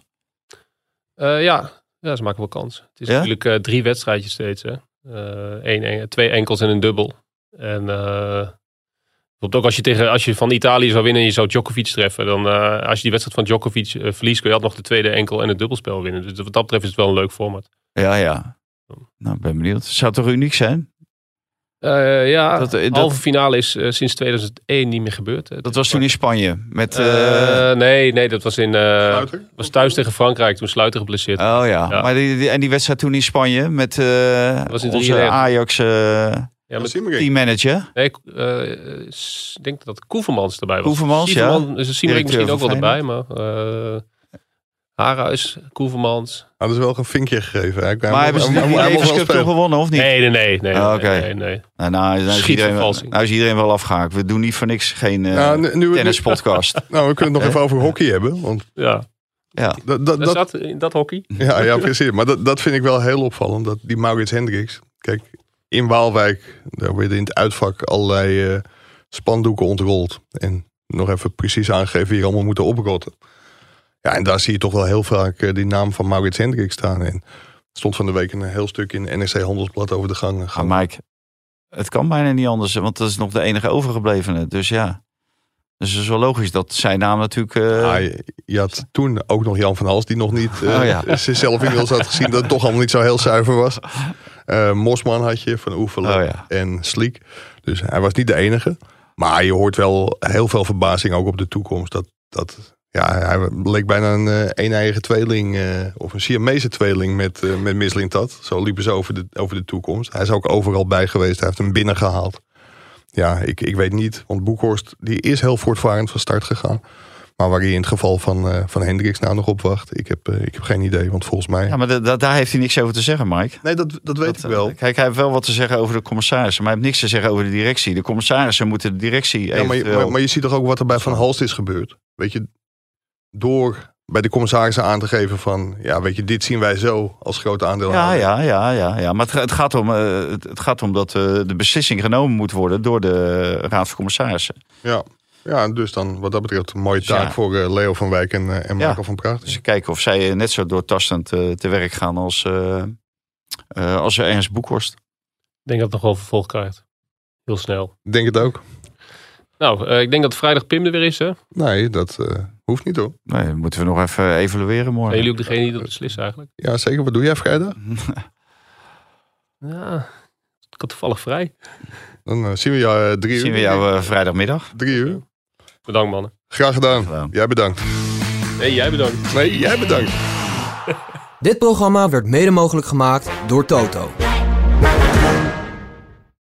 Ja, ze maken wel kans. Het is natuurlijk 3 wedstrijdjes steeds. Hè? 2 enkels en een dubbel. En ook als je van Italië zou winnen en je zou Djokovic treffen, dan als je die wedstrijd van Djokovic verliest, kun je altijd nog de tweede enkel en het dubbelspel winnen. Dus wat dat betreft is het wel een leuk format. Ja. Nou, ben benieuwd. Zou het toch uniek zijn? Halve finale is sinds 2001 niet meer gebeurd. Dat was toen in Spanje. Met, Nee, dat was was thuis tegen Frankrijk toen Sluiter geblesseerd. Oh ja. Maar die wedstrijd toen in Spanje met onze Ajax teammanager. Nee, ik denk dat Koevermans erbij was. Koevermans, Siemerink misschien ook wel erbij, maar Haarhuis, Koevermans. Dat is wel een vinkje gegeven. Maar hebben ze die Davis Cup toen gewonnen of niet? Nee. Nee. Nou is iedereen wel afgehaakt. We doen niet voor niks geen tennispodcast. Nou, we kunnen het nog even over hockey hebben. Want ja. Dat zat in dat hockey. Ja, precies. Maar dat vind ik wel heel opvallend. Dat die Maurits Hendricks. Kijk, in Waalwijk, daar werden in het uitvak allerlei spandoeken ontrold. En nog even precies aangegeven wie er allemaal moeten oprotten. Ja, en daar zie je toch wel heel vaak die naam van Maurits Hendricks staan. En stond van de week een heel stuk in NRC Handelsblad over de gang. Maar Mike, het kan bijna niet anders, want dat is nog de enige overgeblevene. Dus ja, dus het is wel logisch dat zijn naam natuurlijk... Je had toen ook nog Jan van Hals, die nog niet zichzelf inmiddels had gezien dat het toch allemaal niet zo heel zuiver was. Mosman had je, van Oefelen en Sliek. Dus hij was niet de enige. Maar je hoort wel heel veel verbazing ook op de toekomst. Hij leek bijna een een-eigen tweeling of een Siamese tweeling met Mislintat. Zo liepen ze over de toekomst. Hij is ook overal bij geweest. Hij heeft hem binnengehaald. Ja, ik weet niet. Want Boekhorst die is heel voortvarend van start gegaan. Maar waar hij in het geval van Hendricks nou nog op wacht, ik heb geen idee. Want volgens mij... Ja, maar daar heeft hij niks over te zeggen, Mike. Nee, dat weet ik wel. Kijk, hij heeft wel wat te zeggen over de commissarissen. Maar hij heeft niks te zeggen over de directie. De commissarissen moeten de directie eventueel... maar je ziet toch ook wat er bij Van Halst is gebeurd. Weet je, door bij de commissarissen aan te geven van... ja, weet je, dit zien wij zo als grote aandeelhouder. Ja. Maar het gaat om dat de beslissing genomen moet worden door de Raad van Commissarissen. Ja, dus dan wat dat betreft een mooie taak voor Leo van Wijk en Marco van Praag. Dus kijken of zij net zo doortastend te werk gaan als Ernst Boekhorst. Ik denk dat het nog wel vervolg krijgt. Heel snel. Ik denk het ook. Nou, ik denk dat vrijdag Pim er weer is, hè? Nee, dat hoeft niet hoor. Nee, moeten we nog even evalueren morgen. Zijn jullie ook degene die dat beslissen eigenlijk? Ja, zeker. Wat doe jij vrijdag? Ja, ik had toevallig vrij. Dan zien we jou 3 uur. Zien we jou vrijdagmiddag. 3 uur. Bedankt, mannen. Graag gedaan. Jij bedankt. Nee, jij bedankt. Nee, jij bedankt. Dit programma werd mede mogelijk gemaakt door Toto.